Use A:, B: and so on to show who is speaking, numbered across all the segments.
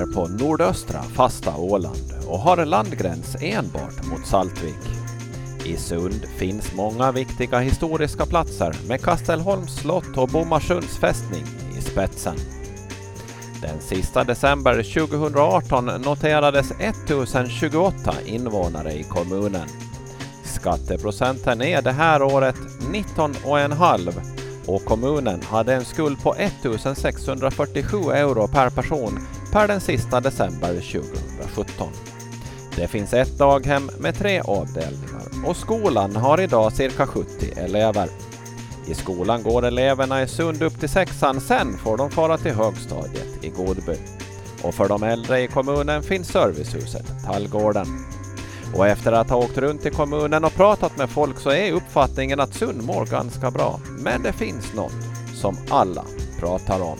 A: ligger på nordöstra fasta Åland och har en landgräns enbart mot Saltvik. I Sund finns många viktiga historiska platser med Kastelholms slott och Bomarsunds fästning i spetsen. Den sista december 2018 noterades 1028 invånare i kommunen. Skatteprocenten är det här året 19,5 och kommunen hade en skuld på 1647 euro per person per den sista december 2017. Det finns ett daghem med 3 avdelningar och skolan har idag cirka 70 elever. I skolan går eleverna i Sund upp till 6:an, sen får de fara till högstadiet i Godby. Och för de äldre i kommunen finns servicehuset Tallgården. Och efter att ha åkt runt i kommunen och pratat med folk så är uppfattningen att Sund mår ganska bra. Men det finns något som alla pratar om.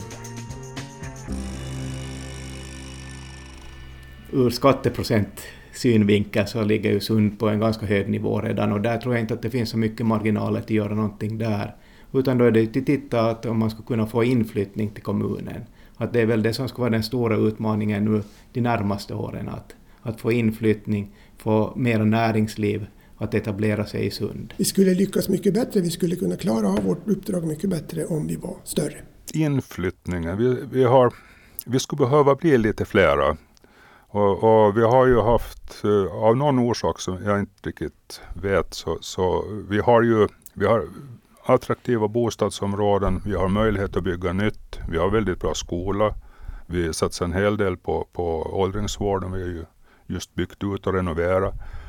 B: Ur skatteprocent synvinkel så ligger ju Sund på en ganska hög nivå redan, och där tror jag inte att det finns så mycket marginaler till att göra någonting där. Utan då är det till titta att om man ska kunna få inflyttning till kommunen. Att det är väl det som ska vara den stora utmaningen nu de närmaste åren, att få inflyttning, få mer näringsliv att etablera sig i Sund.
C: Vi skulle lyckas mycket bättre, vi skulle kunna klara av vårt uppdrag mycket bättre om vi var större.
D: Inflyttningen, vi skulle behöva bli lite flera. Och vi har ju haft, av någon orsak som jag inte riktigt vet, så vi har attraktiva bostadsområden, vi har möjlighet att bygga nytt, vi har väldigt bra skola, vi satsar en hel del på åldringsvården, vi har ju just byggt ut och renoverat.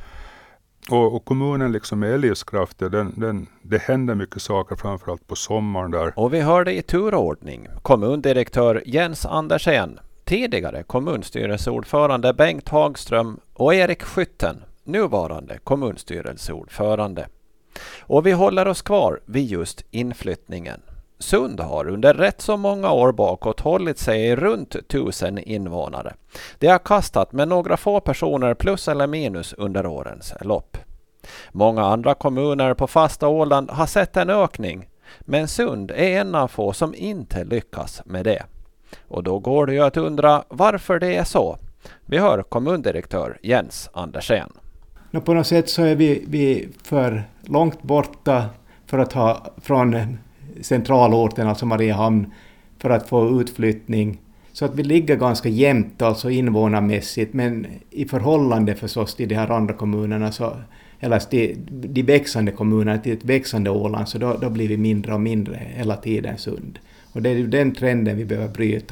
D: Och kommunen liksom är livskraftig, det händer mycket saker framförallt på sommaren där.
A: Och vi hörde i turordning kommundirektör Jens Andersen, tidigare kommunstyrelseordförande Bengt Hagström och Erik Skytten, nuvarande kommunstyrelseordförande. Och vi håller oss kvar vid just inflyttningen. Sund har under rätt så många år bakåt hållit sig i runt 1000 invånare. Det har kastat med några få personer plus eller minus under årens lopp. Många andra kommuner på fasta Åland har sett en ökning, men Sund är en av få som inte lyckas med det. Och då går det ju att undra varför det är så. Vi hör kommundirektör Jens Andersen.
B: På något sätt så är vi för långt borta för att ha från centralorten, alltså Mariehamn, för att få utflyttning. Så att vi ligger ganska jämnt alltså invånarmässigt, men i förhållande förstås till de här andra kommunerna, eller till de växande kommunerna, till ett växande Åland, så då blir vi mindre och mindre hela tiden Sund. Och det är ju den trenden vi behöver bryta.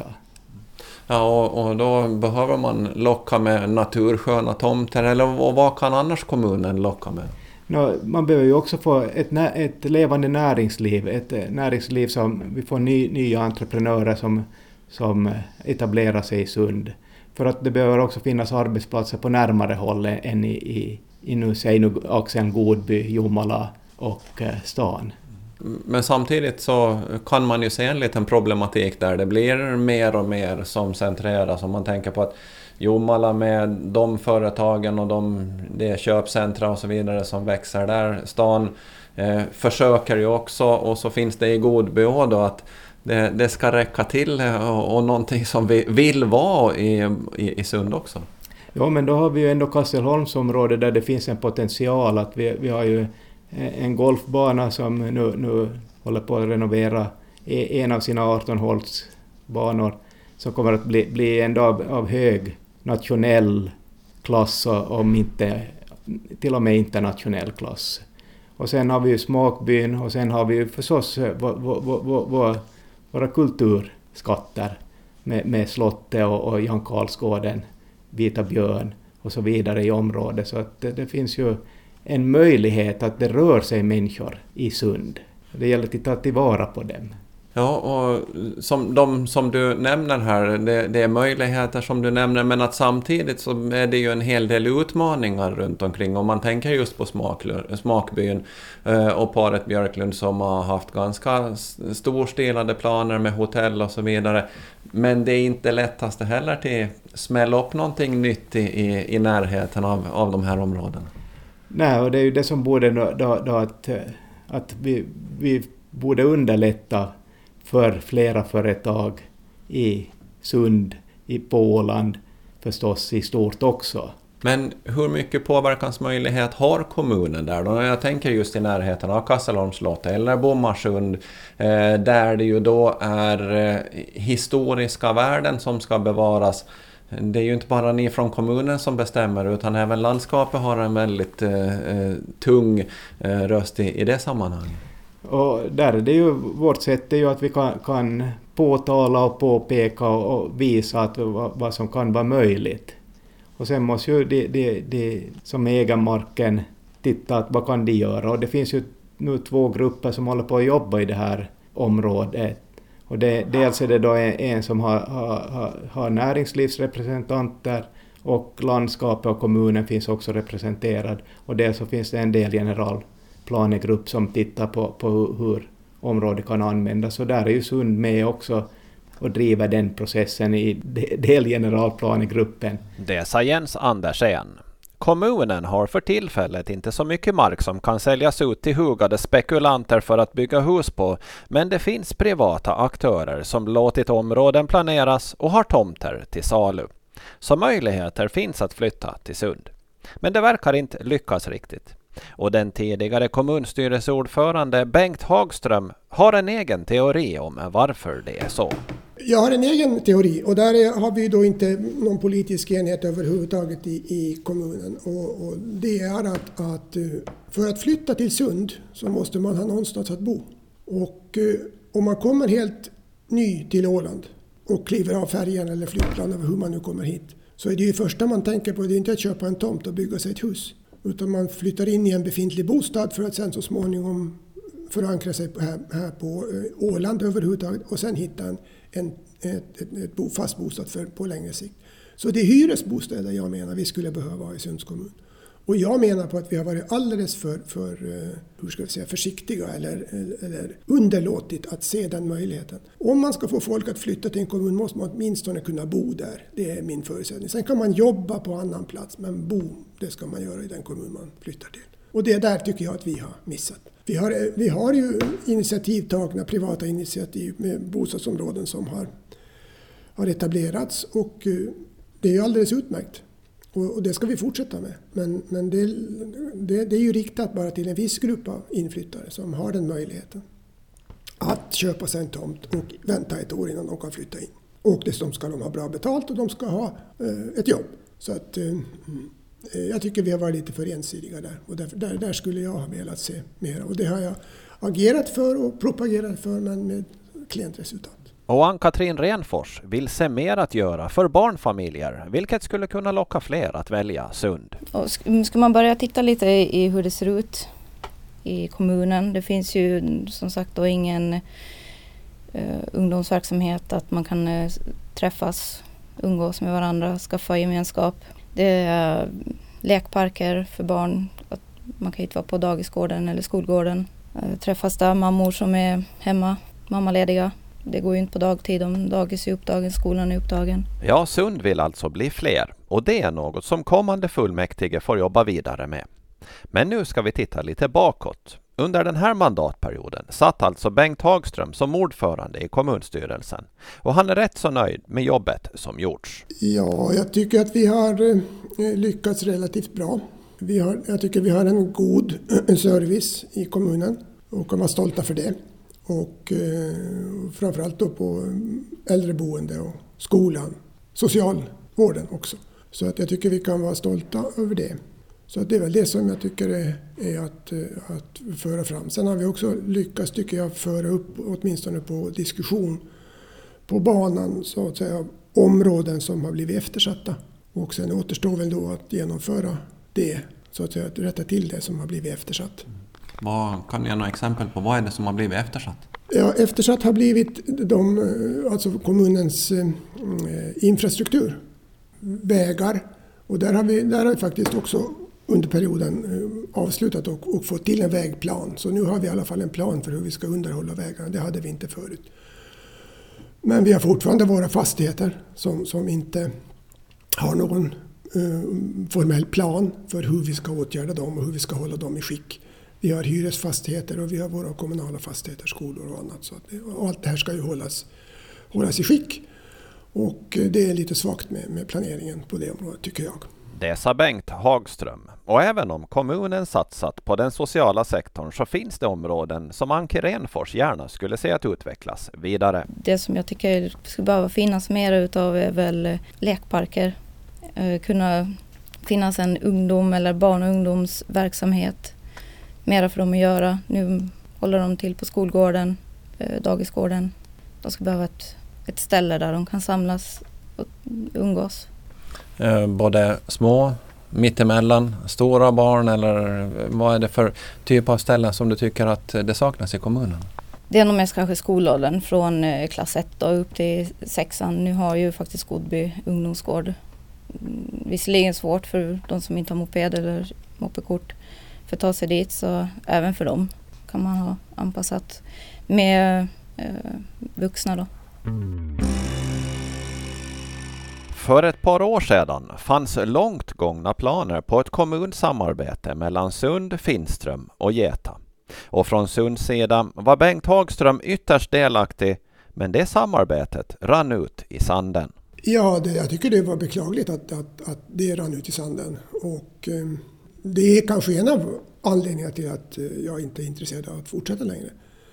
A: Ja, och då behöver man locka med natursköna tomter, eller vad kan annars kommunen locka med?
B: Man behöver ju också få ett levande näringsliv, ett näringsliv som vi får nya entreprenörer som etablerar sig i Sund. För att det behöver också finnas arbetsplatser på närmare håll än i axeln Godby, Jomala och stan.
A: Men samtidigt så kan man ju se en liten problematik där det blir mer och mer som centreras, om man tänker på att Jomala med de företagen och det köpcentra och så vidare som växer där. Stan försöker ju också, och så finns det i Godby då att det ska räcka till och någonting som vi vill vara i Sund också.
B: Ja, men då har vi ju ändå Kastelholmsområdet där det finns en potential. Att vi har ju en golfbana som nu håller på att renovera en av sina 18 hålsbanor som kommer att bli ändå av hög nationell klass, om inte till och med internationell klass. Och sen har vi ju Smakbyn, och sen har vi ju förstås våra kulturskatter med slottet och Jan Karlsgården, Vita Björn och så vidare i området. Så att det finns ju en möjlighet att det rör sig människor i Sund. Det gäller att ta tillvara på dem.
A: Ja, och som du nämner här, det är möjligheter som du nämner, men att samtidigt så är det ju en hel del utmaningar runt omkring. Om man tänker just på Smakbyn och paret Björklund som har haft ganska storstilade planer med hotell och så vidare. Men det är inte lättaste heller till smälla upp någonting nytt i närheten av de här områdena.
B: Nej, och det är ju det som borde då att vi borde underlätta för flera företag i Sund på Åland förstås i stort också.
A: Men hur mycket påverkansmöjlighet har kommunen där då? Jag tänker just i närheten av Kastelholms slott eller Bomarsund, där det ju då är historiska värden som ska bevaras. Det är ju inte bara ni från kommunen som bestämmer, utan även landskapet har en väldigt tung röst i det sammanhanget.
B: Och där är det ju, vårt sätt är ju att vi kan påtala och påpeka och visa att vad som kan vara möjligt. Och sen måste ju de som äger marken titta att vad kan de göra. Och det finns ju nu 2 grupper som håller på att jobba i det här området. Och dels är det då en som har näringslivsrepresentanter, och landskapet och kommunen finns också representerad. Och dels så finns det en del generalplanegrupp som tittar på hur området kan användas. Så där är ju Sund med också och driver den processen i delgeneralplanegruppen.
A: Det sa Jens Andersen. Kommunen har för tillfället inte så mycket mark som kan säljas ut till hugade spekulanter för att bygga hus på, men det finns privata aktörer som låtit områden planeras och har tomter till salu. Så möjligheter finns att flytta till Sund. Men det verkar inte lyckas riktigt. Och den tidigare kommunstyrelseordförande Bengt Hagström har en egen teori om varför det är så.
C: Jag har en egen teori, och där har vi då inte någon politisk enhet överhuvudtaget i kommunen. Och det är att för att flytta till Sund så måste man ha någonstans att bo. Och om man kommer helt ny till Åland och kliver av färjan eller flygplan över hur man nu kommer hit, så är det ju första man tänker på, det är inte att köpa en tomt och bygga sig ett hus. Utan man flyttar in i en befintlig bostad för att sen så småningom förankra sig här på Åland överhuvudtaget och sen hitta ett fast bostad på längre sikt. Så det är hyresbostäder jag menar vi skulle behöva ha i Sunds kommun. Och jag menar på att vi har varit alldeles för hur ska vi säga, försiktiga eller underlåtit att se den möjligheten. Om man ska få folk att flytta till en kommun måste man åtminstone kunna bo där. Det är min förutsättning. Sen kan man jobba på annan plats, men bo, det ska man göra i den kommun man flyttar till. Och det där tycker jag att vi har missat. Vi har ju initiativtagna privata initiativ med bostadsområden som har etablerats, och det är ju alldeles utmärkt. Och det ska vi fortsätta med. Men det är ju riktat bara till en viss grupp av inflyttare som har den möjligheten att köpa sig en tomt och vänta ett år innan de kan flytta in. Och dessutom ska de ha bra betalt och de ska ha ett jobb. Så att jag tycker vi har varit lite för ensidiga där. Och där skulle jag ha velat se mer. Och det har jag agerat för och propagerat för, men med klent resultat.
A: Och Ann-Katrin Renfors vill se mer att göra för barnfamiljer, vilket skulle kunna locka fler att välja Sund.
E: Och ska man börja titta lite i hur det ser ut i kommunen. Det finns ju som sagt då ingen ungdomsverksamhet att man kan träffas, umgås med varandra, skaffa gemenskap. Det är lekparker för barn. Man kan inte vara på dagisgården eller skolgården. Träffas där mammor som är hemma, mammalediga. Det går ju inte på dagtid om dagis är upptagen, skolan är upptagen.
A: Ja, Sund vill alltså bli fler, och det är något som kommande fullmäktige får jobba vidare med. Men nu ska vi titta lite bakåt. Under den här mandatperioden satt alltså Bengt Hagström som ordförande i kommunstyrelsen. Och han är rätt så nöjd med jobbet som gjorts.
C: Ja, jag tycker att vi har lyckats relativt bra. Jag tycker vi har en god service i kommunen och kan vara stolta för det. Och framförallt då på äldreboende och skolan, socialvården också. Så att jag tycker vi kan vara stolta över det. Så att det är väl det som jag tycker är att föra fram. Sen har vi också lyckats, tycker jag, föra upp åtminstone på diskussion på banan så att säga områden som har blivit eftersatta. Och sen återstår väl då att genomföra det, så att säga, att rätta till det som har blivit eftersatt.
A: Kan du ge några exempel på vad är det som har blivit eftersatt?
C: Ja, eftersatt har blivit alltså kommunens infrastruktur, vägar, och där har vi faktiskt också under perioden avslutat och fått till en vägplan. Så nu har vi i alla fall en plan för hur vi ska underhålla vägarna. Det hade vi inte förut. Men vi har fortfarande våra fastigheter som inte har någon formell plan för hur vi ska åtgärda dem och hur vi ska hålla dem i skick. Vi har hyresfastigheter och vi har våra kommunala fastigheter, skolor och annat. Så och allt det här ska ju hållas i skick. Och det är lite svagt med planeringen på det området tycker jag.
A: Det sa Bengt Hagström. Och även om kommunen satsat på den sociala sektorn så finns det områden som Anki Renfors gärna skulle se att utvecklas vidare.
E: Det som jag tycker skulle behöva finnas mer utav är väl lekparker. Kunna finnas en ungdom eller barn- och ungdomsverksamhet. Mera för dem att göra. Nu håller de till på skolgården, dagisgården. De ska behöva ett ställe där de kan samlas och umgås.
F: Både små, mittemellan, stora barn eller vad är det för typ av ställen som du tycker att det saknas i kommunen?
E: Det är nog mest kanske skolåldern från klass 1 och upp till 6:an. Nu har ju faktiskt Godby ungdomsgård. Visserligen svårt för de som inte har moped eller moppekort för att ta sig dit, så även för dem kan man ha anpassat med vuxna då.
A: För ett par år sedan fanns långt gångna planer på ett kommunsamarbete mellan Sund, Finström och Geta. Och från Sunds sida var Bengt Hagström ytterst delaktig, men det samarbetet rann ut i sanden.
C: Ja, jag tycker det var beklagligt att det rann ut i sanden. Och det är kanske en av anledningarna till att jag inte är intresserad av att fortsätta längre.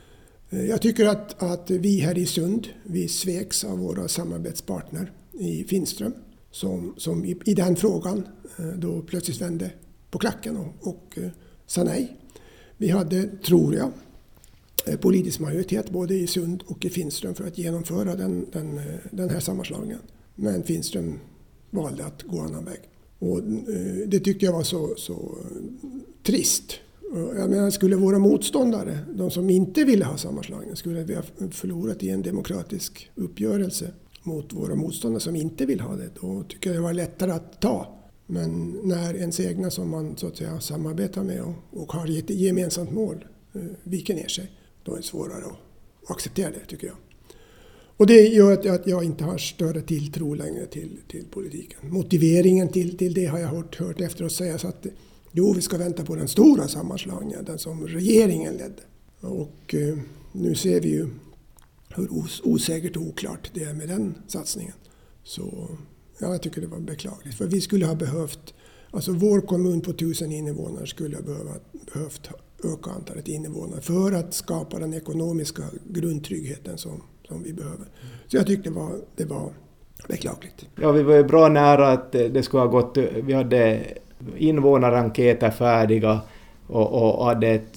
C: Jag tycker att vi här i Sund, vi sveks av våra samarbetspartner i Finström som i den frågan då plötsligt vände på klacken och sa nej. Vi hade, tror jag, politisk majoritet både i Sund och i Finström för att genomföra den här sammanslagningen. Men Finström valde att gå annan väg. Och det tyckte jag var så trist. Jag menar, skulle våra motståndare, de som inte ville ha sammanslagningen, skulle vi ha förlorat i en demokratisk uppgörelse mot våra motståndare som inte vill ha det, då tycker jag det var lättare att ta. Men när ens egna som man så att säga samarbetar med och har ett gemensamt mål viker ner sig, då är det svårare att acceptera det, tycker jag. Och det gör att jag inte har större tilltro längre till politiken. Motiveringen till det har jag hört efter att säga så att vi ska vänta på den stora sammanslagningen, den som regeringen ledde. Och nu ser vi ju hur osäkert och oklart det är med den satsningen. Så ja, jag tycker det var beklagligt. För vi skulle ha behövt, alltså vår kommun på 1000 invånare skulle ha behövt öka antalet invånare för att skapa den ekonomiska grundtryggheten som vi behöver. Så jag tyckte det var beklagligt.
B: Ja, vi var ju bra nära att det skulle ha gått. Vi hade invånarenkäter färdiga och hade ett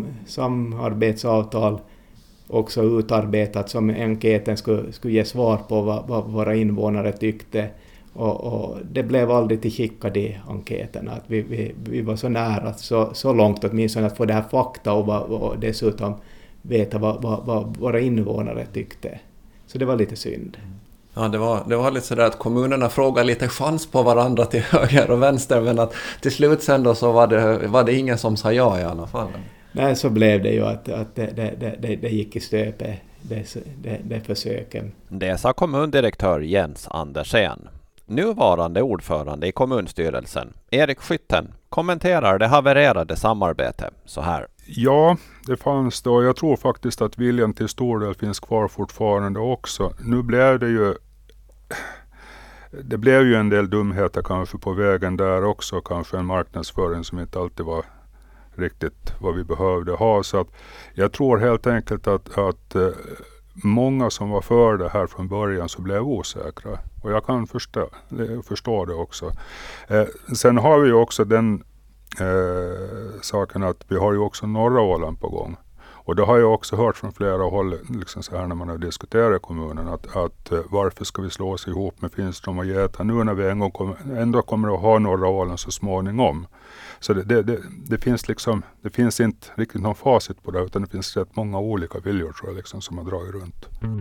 B: samarbetsavtal också utarbetat som enkäten skulle ge svar på vad våra invånare tyckte. Och det blev aldrig tillskickat i enkäterna. Att vi var så nära, så långt åtminstone att få det här fakta och dessutom veta vad våra invånare tyckte. Så det var lite synd.
F: Ja, det var lite sådär att kommunerna frågade lite chans på varandra till höger och vänster, men att till slut sen då så var det ingen som sa ja i alla fall.
B: Nej, så blev det ju att det gick i stöpe, det försöken.
A: Det sa kommundirektör Jens Andersen. Nuvarande ordförande i kommunstyrelsen, Erik Skytten, kommenterar det havererade samarbete så här.
D: Ja, det fanns då. Jag tror faktiskt att viljan till stor del finns kvar fortfarande också. Nu blev det blev ju en del dumheter kanske på vägen där också. Kanske en marknadsföring som inte alltid var riktigt vad vi behövde ha. Så att jag tror helt enkelt att många som var för det här från början så blev osäkra. Och jag kan förstå det också. Sen har vi ju också den saken att vi har ju också norra Åland på gång. Och det har jag också hört från flera håll liksom så här när man har diskuterat i kommunen att varför ska vi slå oss ihop med Finström och Geta nu när vi ändå kommer att ha norra Åland så småningom. Så det finns liksom, det finns inte riktigt någon facit på det, utan det finns rätt många olika viljor tror jag liksom, som har dragit runt.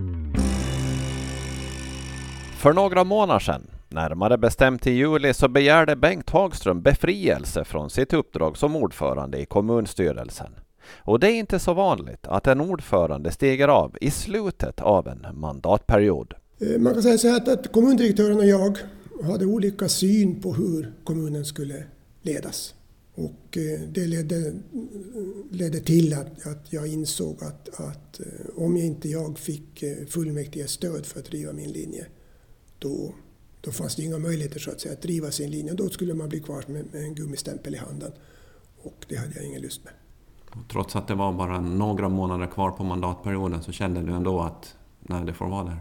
A: För några månader sedan, närmare bestämt i juli, så begärde Bengt Hagström befrielse från sitt uppdrag som ordförande i kommunstyrelsen. Och det är inte så vanligt att en ordförande stiger av i slutet av en mandatperiod.
C: Man kan säga så här att kommundirektören och jag hade olika syn på hur kommunen skulle ledas. Och det ledde till att jag insåg att om inte jag fick fullmäktige stöd för att driva min linje då fanns det inga möjligheter så att säga att driva sin linje. Då skulle man bli kvar med en gummistämpel i handen. Och det hade jag ingen lust med.
F: Trots att det var bara några månader kvar på mandatperioden så kände du ändå att nej, det får vara där?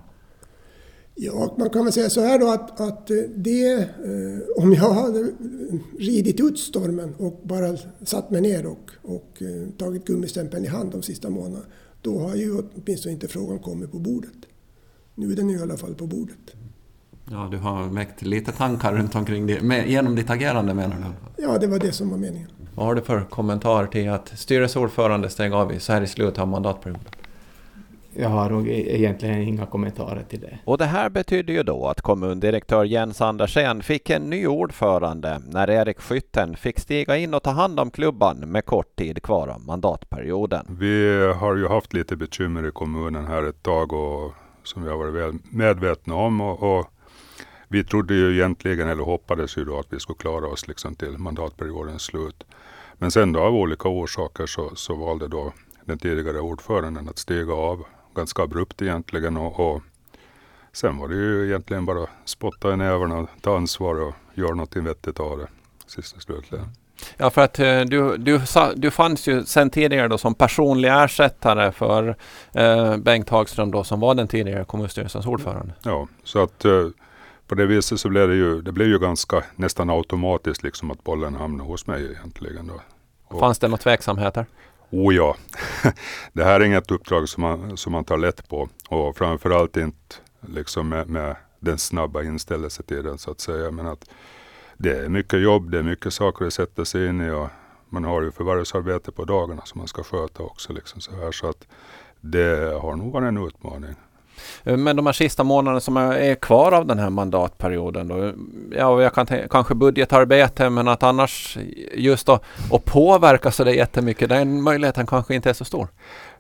C: Ja, man kan väl säga så här då att det, om jag hade ridit ut stormen och bara satt mig ner och tagit gummistämpeln i hand de sista månaderna, då har ju åtminstone inte frågan kommit på bordet. Nu är den i alla fall på bordet.
F: Ja, du har väckt lite tankar runt omkring det, genom ditt agerande menar du?
C: Ja, det var det som var meningen.
F: Vad har du för kommentar till att styrelseordförande steg av så här i slutet av mandatperioden?
B: Jag har nog egentligen inga kommentarer till det.
A: Och det här betyder ju då att kommundirektör Jens Andersen fick en ny ordförande när Erik Skytten fick stiga in och ta hand om klubban med kort tid kvar av mandatperioden.
D: Vi har ju haft lite bekymmer i kommunen här ett tag och som vi har varit väl medvetna om och vi trodde ju egentligen, eller hoppades ju då, att vi skulle klara oss liksom till mandatperiodens slut. Men sen då av olika orsaker så valde då den tidigare ordföranden att stiga av ganska abrupt egentligen och sen var det ju egentligen bara spotta i nävarna, ta ansvar och göra något vettigt av det sista slutligen.
A: Ja, för att du fanns ju sen tidigare då som personlig ersättare för Bengt Hagström då som var den tidigare kommunstyrelsens ordförande.
D: Ja, så att på det viset så blev det blev ju ganska nästan automatiskt liksom att bollen hamnade hos mig egentligen då.
A: Fanns det några tveksamheter?
D: Ja, det här är inget uppdrag som man tar lätt på och framförallt inte liksom med den snabba inställelsetiden så att säga, men att det är mycket jobb, det är mycket saker att sätta sig in i och man har ju förvärvsarbete på dagarna som man ska sköta också liksom så här, så att det har nog varit en utmaning.
A: Men de här sista månaderna som är kvar av den här mandatperioden då, ja, jag kan kanske budgetarbete, men att annars just då och påverka så det jättemycket, den möjligheten kanske inte är så stor.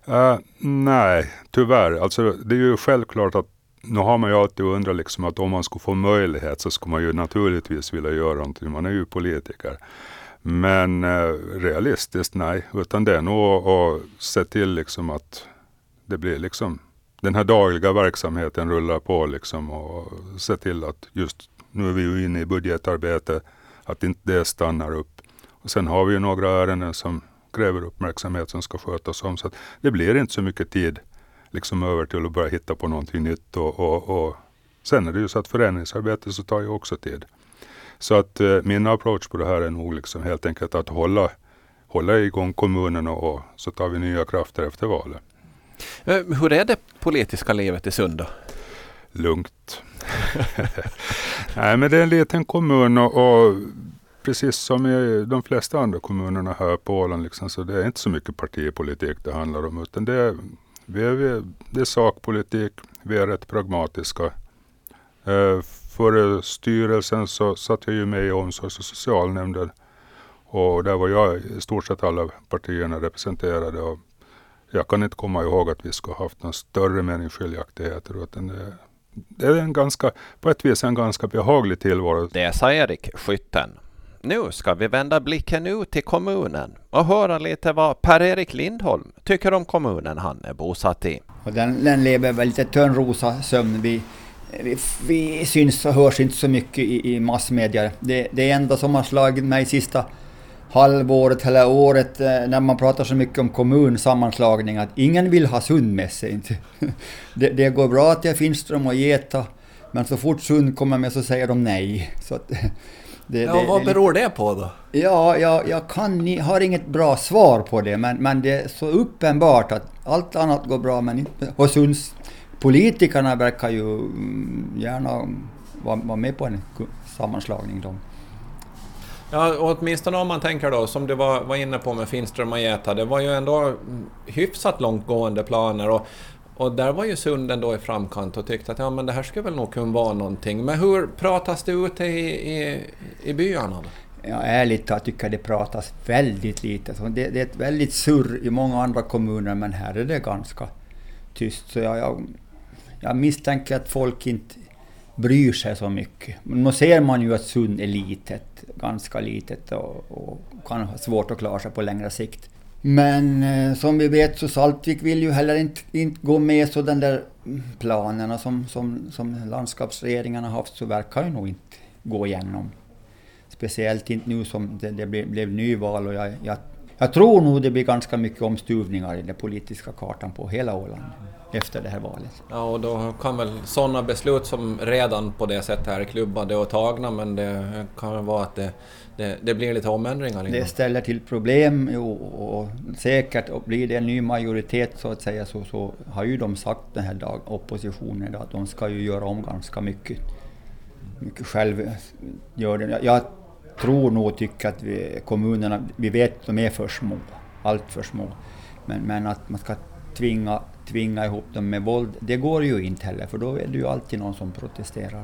D: Nej, tyvärr. Alltså det är ju självklart att nu har man ju alltid undrat liksom att om man skulle få möjlighet så skulle man ju naturligtvis vilja göra någonting. Man är ju politiker. Men realistiskt nej, utan det är nog att se till liksom att det blir liksom den här dagliga verksamheten rullar på liksom och se till att just nu är vi ju inne i budgetarbete, att inte det stannar upp. Och sen har vi ju några ärenden som kräver uppmärksamhet som ska skötas om, så att det blir inte så mycket tid liksom över till att börja hitta på någonting nytt och sen är det ju så att förändringsarbete så tar ju också tid. Så att min approach på det här är nog liksom helt enkelt att hålla igång kommunen och så tar vi nya krafter efter valet.
A: Hur är det politiska livet i Sund då?
D: Lugnt. Nej, men det är en liten kommun och precis som i de flesta andra kommunerna här på Åland liksom, så det är inte så mycket partipolitik det handlar om, utan det är sakpolitik, vi är rätt pragmatiska. För styrelsen så satt jag ju med i omsorgs- och socialnämnden och där var jag i stort sett alla partierna representerade och jag kan inte komma ihåg att vi skulle ha haft någon större meningsskiljaktigheter, utan det är på ett vis en ganska behaglig tillvaro.
A: Det sa Erik Skytten. Nu ska vi vända blicken ut till kommunen och höra lite vad Per-Erik Lindholm tycker om kommunen han är bosatt i.
G: Och den lever väl lite törnrosa sömn. Vi syns och hörs inte så mycket i massmedia. Det enda som har slagit mig sista halvåret eller året när man pratar så mycket om kommunsammanslagning att ingen vill ha Sund med sig. Det går bra att jag Finström och Geta, men så fort Sund kommer med så säger de nej. Så att,
F: vad beror det på då?
G: Ja, jag har inget bra svar på det, men det är så uppenbart att allt annat går bra, men inte. Och Sunds politikerna verkar ju gärna vara med på en sammanslagning då.
A: Ja, och åtminstone om man tänker då, som du var inne på med Finström och Geta, det var ju ändå hyfsat långtgående planer och där var ju Sunden då i framkant och tyckte att ja, men det här skulle väl nog kunna vara någonting. Men hur pratas det ute i byarna då?
G: Ja, ärligt jag tycker det pratas väldigt lite. Så det är ett väldigt surr i många andra kommuner, men här är det ganska tyst. Så jag misstänker att folk inte bryr sig så mycket. Men nu ser man ju att Sund är litet, ganska litet och kan ha svårt att klara sig på längre sikt. Men som vi vet så Saltvik vill ju heller inte gå med, så den där planerna som landskapsregeringarna haft så verkar ju nog inte gå igenom. Speciellt inte nu som det blev nyval, och jag tror nog det blir ganska mycket omstuvningar i den politiska kartan på hela Åland efter det här valet.
F: Ja, och då kan väl sådana beslut som redan på det sättet här är klubbade och tagna, men det kan vara att det blir lite omändringar.
G: Det ställer till problem, och säkert och blir det en ny majoritet så att säga, så har ju de sagt den här oppositionen idag att de ska ju göra om ganska mycket själv gör det. Jag tror nog tycker att kommunerna, vi vet de är för små, allt för små, men att man ska tvinga ihop dem med våld, det går ju inte heller, för då är det ju alltid någon som protesterar.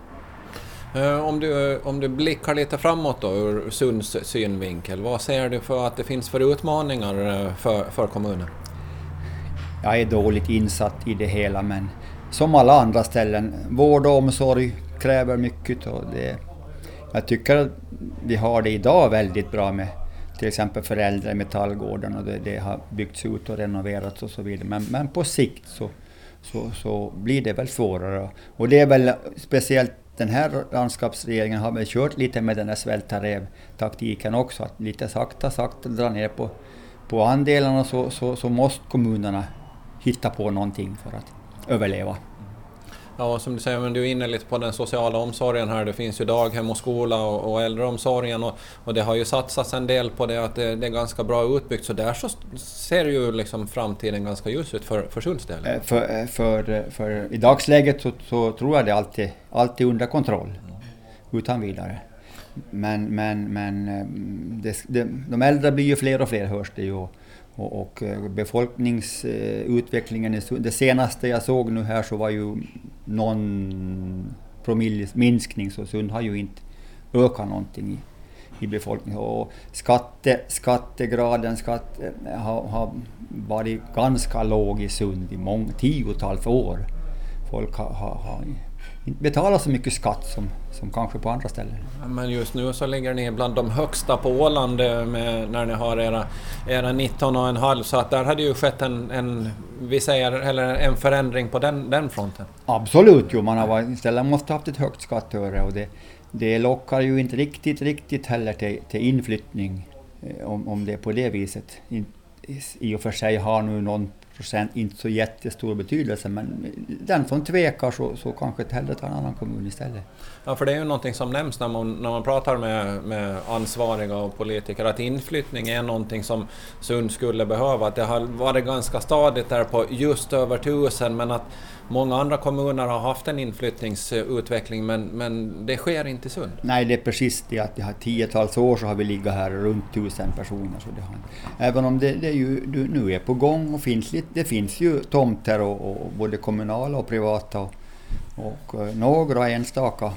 F: Om du blickar lite framåt då, ur Sunds synvinkel, vad ser du för att det finns för utmaningar för kommunen?
G: Jag är dåligt insatt i det hela, men som alla andra ställen, vård och omsorg kräver mycket, och jag tycker att vi har det idag väldigt bra med till exempel föräldrar i Metallgården, och det har byggts ut och renoverats och så vidare. Men på sikt så blir det väl svårare. Och det är väl speciellt den här landskapsregeringen har väl kört lite med den här svälta-räv-taktiken också. Att lite sakta dra ner på andelarna, så måste kommunerna hitta på någonting för att överleva.
F: Ja, som du säger, men du är inne lite på den sociala omsorgen här. Det finns ju daghem och skola och äldreomsorgen, och det har ju satsats en del på det, att det är ganska bra utbyggt. Så där så ser ju liksom framtiden ganska ljus ut för Sunds del.
G: För i dagsläget så tror jag det alltid under kontroll, utan vidare. Men de äldre blir ju fler och fler, hörs det ju. Och befolkningsutvecklingen, det senaste jag såg nu här så var ju någon promilles minskning, så Sund har ju inte ökat någonting i befolkningen. Och skattegraden har varit ganska låg i Sund i tiotals år. Folk har inte betalat så mycket skatt som kanske på andra ställen.
F: Men just nu så ligger ni bland de högsta på Åland när ni har era 19,5, så att där hade ju skett en förändring på den fronten.
G: Absolut, jo, man har istället måste haft ett högt skattöre, och det lockar ju inte riktigt heller till inflyttning om det är på det viset. I och för sig har nu någon procent inte så jättestor betydelse, men den som tvekar så kanske hellre tar en annan kommun istället.
F: Ja, för det är ju någonting som nämns när man pratar med ansvariga och politiker, att inflyttning är någonting som Sund skulle behöva. Att det har varit ganska stadigt där på just över 1000, men att många andra kommuner har haft en inflyttningsutveckling, men det sker inte i Sund.
G: Nej, det är precis det att det har 10-tals år så har vi liggat här runt 1000 personer. Så det har, även om det ju nu är på gång och det finns ju tomter och både kommunala och privata och några enstaka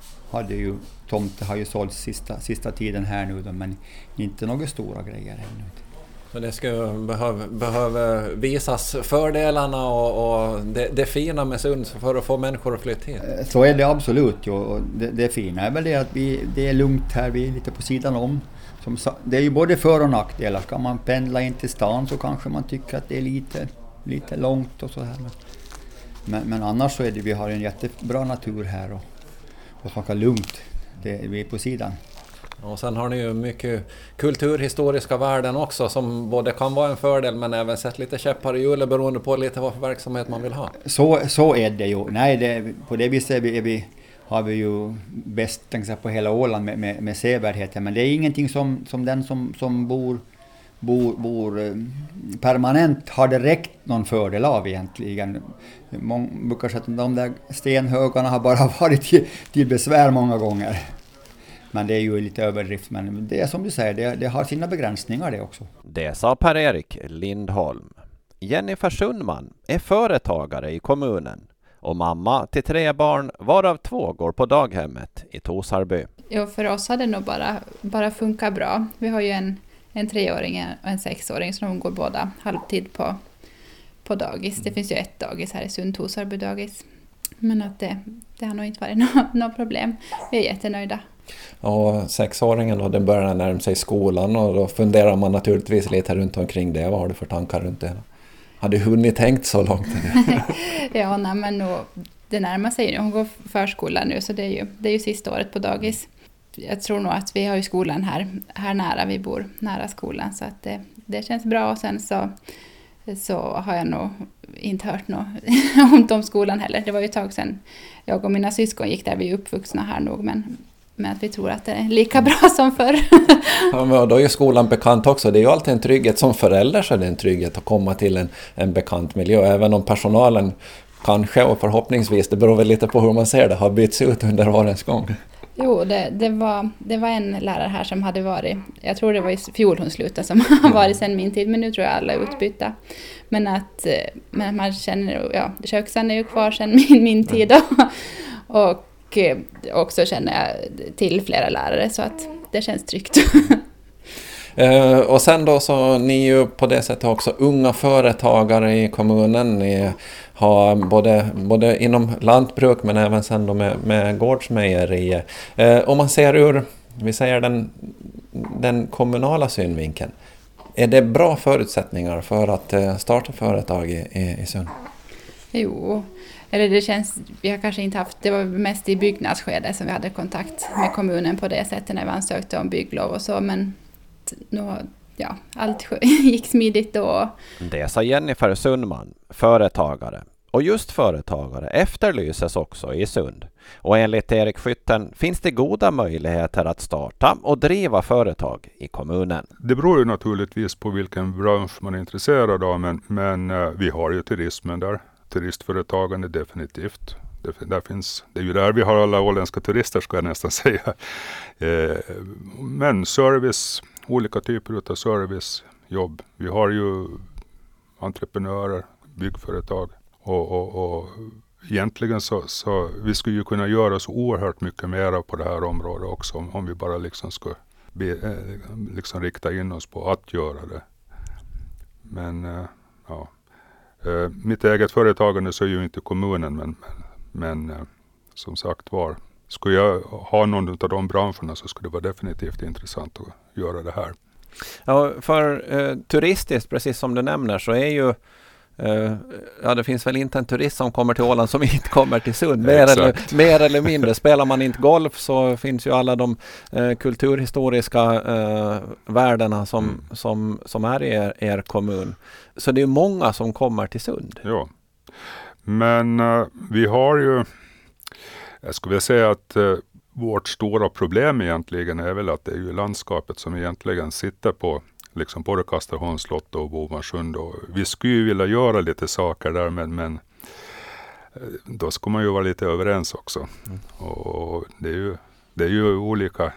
G: tomter har ju sålts sista tiden här nu då, men inte några stora grejer ännu.
F: Så det ska behöva visas fördelarna och det fina med Sund för att få människor att flytta hit.
G: Så är det absolut. Jo. Och det fina är väl det att det är lugnt här, vi är lite på sidan om. Det är ju både för- och nackdelar. Ska man pendla in till stan så kanske man tycker att det är lite långt och så här. Men annars så är vi har en jättebra natur här och ganska lugnt. Vi är på sidan.
F: Och sen har ni ju mycket kulturhistoriska värden också som både kan vara en fördel men även sett lite käppar i hjulet beroende på lite vad för verksamhet man vill ha.
G: Så är det ju. Nej, på det viset har vi ju bäst på hela Åland med sevärdheter, men det är ingenting som den som bor permanent har direkt någon fördel av egentligen. Många brukar säga att de där stenhögarna har bara varit till besvär många gånger. Men det är ju lite överdrift, men det är som du säger, det har sina begränsningar det också.
A: Det sa Per-Erik Lindholm. Jennifer Sundman är företagare i kommunen och mamma till 3 barn, varav 2 går på daghemmet i Tosarby.
H: Ja, för oss har det nog bara funkat bra. Vi har ju en 3-åring och en 6-åring som går båda halvtid på dagis. Det finns ju ett dagis här i Sund, Tosarby dagis. Men att det har nog inte varit något problem. Vi är jättenöjda.
F: Och 6-åringen då, den börjar närma sig skolan och då funderar man naturligtvis lite runt omkring det. Vad har du för tankar runt det? Har du hunnit tänkt så långt?
H: Ja, nej, men nog, det närmar sig. Hon går förskolan nu så det är ju sista året på dagis. Jag tror nog att vi har ju skolan här nära, vi bor nära skolan så att det känns bra. Och sen så har jag nog inte hört något om skolan heller. Det var ju ett tag sedan jag och mina syskon gick där, vi är uppvuxna här nog, men att vi tror att det är lika bra som förr.
F: Ja, men då är ju skolan bekant också. Det är ju alltid en trygghet som förälder, så är det en trygghet att komma till en bekant miljö. Även om personalen kanske och förhoppningsvis, det beror väl lite på hur man ser det, har bytts ut under årens gång.
H: Jo, det var en lärare här som hade varit, jag tror det var i fjol hon slutade, som har varit sedan min tid, men nu tror jag alla är utbytta. Men man känner, ja, köksen är ju kvar sedan min tid och också känner jag till flera lärare så att det känns tryggt.
F: Och sen då så ni är ju på det sättet också unga företagare i kommunen. Ni har både inom lantbruk men även sen då med gårdsmejerier. Om man ser ur, vi säger den kommunala synvinkeln, är det bra förutsättningar för att starta företag i Sund?
H: Jo, eller det känns, vi har kanske inte haft, det var mest i byggnadsskedet som vi hade kontakt med kommunen på det sättet när vi ansökte om bygglov och så, men nu, ja, allt gick smidigt då.
A: Det sa Jennifer Sundman, företagare. Och just företagare efterlyses också i Sund. Och enligt Erik Skytten finns det goda möjligheter att starta och driva företag i kommunen.
D: Det beror ju naturligtvis på vilken bransch man är intresserad av, men vi har ju turismen där. Turistföretagande definitivt. Det är ju där vi har alla åländska turister, ska jag nästan säga. Men service, olika typer av servicejobb. Vi har ju entreprenörer, byggföretag och egentligen så vi skulle ju kunna göra så oerhört mycket mer på det här området också om vi bara liksom ska rikta in oss på att göra det. Men ja. Mitt eget företagande så är ju inte kommunen, men som sagt var, skulle jag ha någon av de branscherna så skulle det vara definitivt intressant att göra det här.
A: Ja, för turistiskt, precis som du nämner, så är ju det finns väl inte en turist som kommer till Åland som inte kommer till Sund. Mer eller mindre. Spelar man inte golf så finns ju alla de kulturhistoriska värdena som är i er kommun. Så det är många som kommer till Sund.
D: Ja, men vi har ju, jag skulle vilja säga att vårt stora problem egentligen är väl att det är ju landskapet som egentligen sitter på liksom både Kastelholms slott och Bomarsund, och vi skulle ju vilja göra lite saker där, men då ska man ju vara lite överens också. Och det är ju olika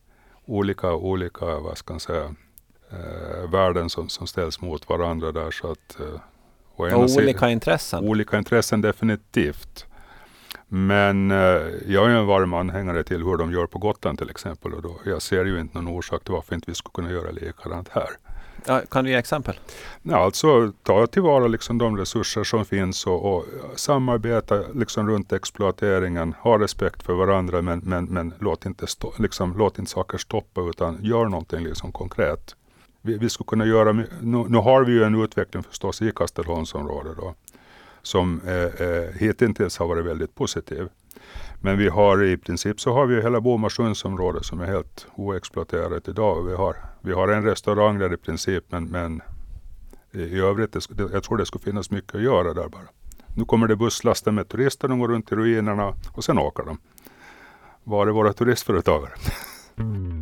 D: vad ska man säga, värden som ställs mot varandra där, så att
A: och olika intressen.
D: Olika intressen definitivt. Men jag är en varm anhängare till hur de gör på Gotland till exempel, och då, jag ser ju inte någon orsak till varför inte vi skulle kunna göra likadant här.
A: Ja, kan du ge exempel?
D: Ja, alltså ta tillvara liksom de resurser som finns och samarbeta liksom runt exploateringen, ha respekt för varandra, men låt inte saker stoppa, utan gör någonting liksom konkret. Vi skulle kunna göra, nu har vi ju en utveckling förstås i Kastelholmsområdet då, som hittills har varit väldigt positiv. Men vi har i princip så har vi hela Bomarsundsområdet som är helt oexploaterat idag. Vi har en restaurang där i princip, men i övrigt jag tror det skulle finnas mycket att göra där bara. Nu kommer det busslaster med turister, de går runt i ruinerna och sen åker de. Var är våra turistföretagare?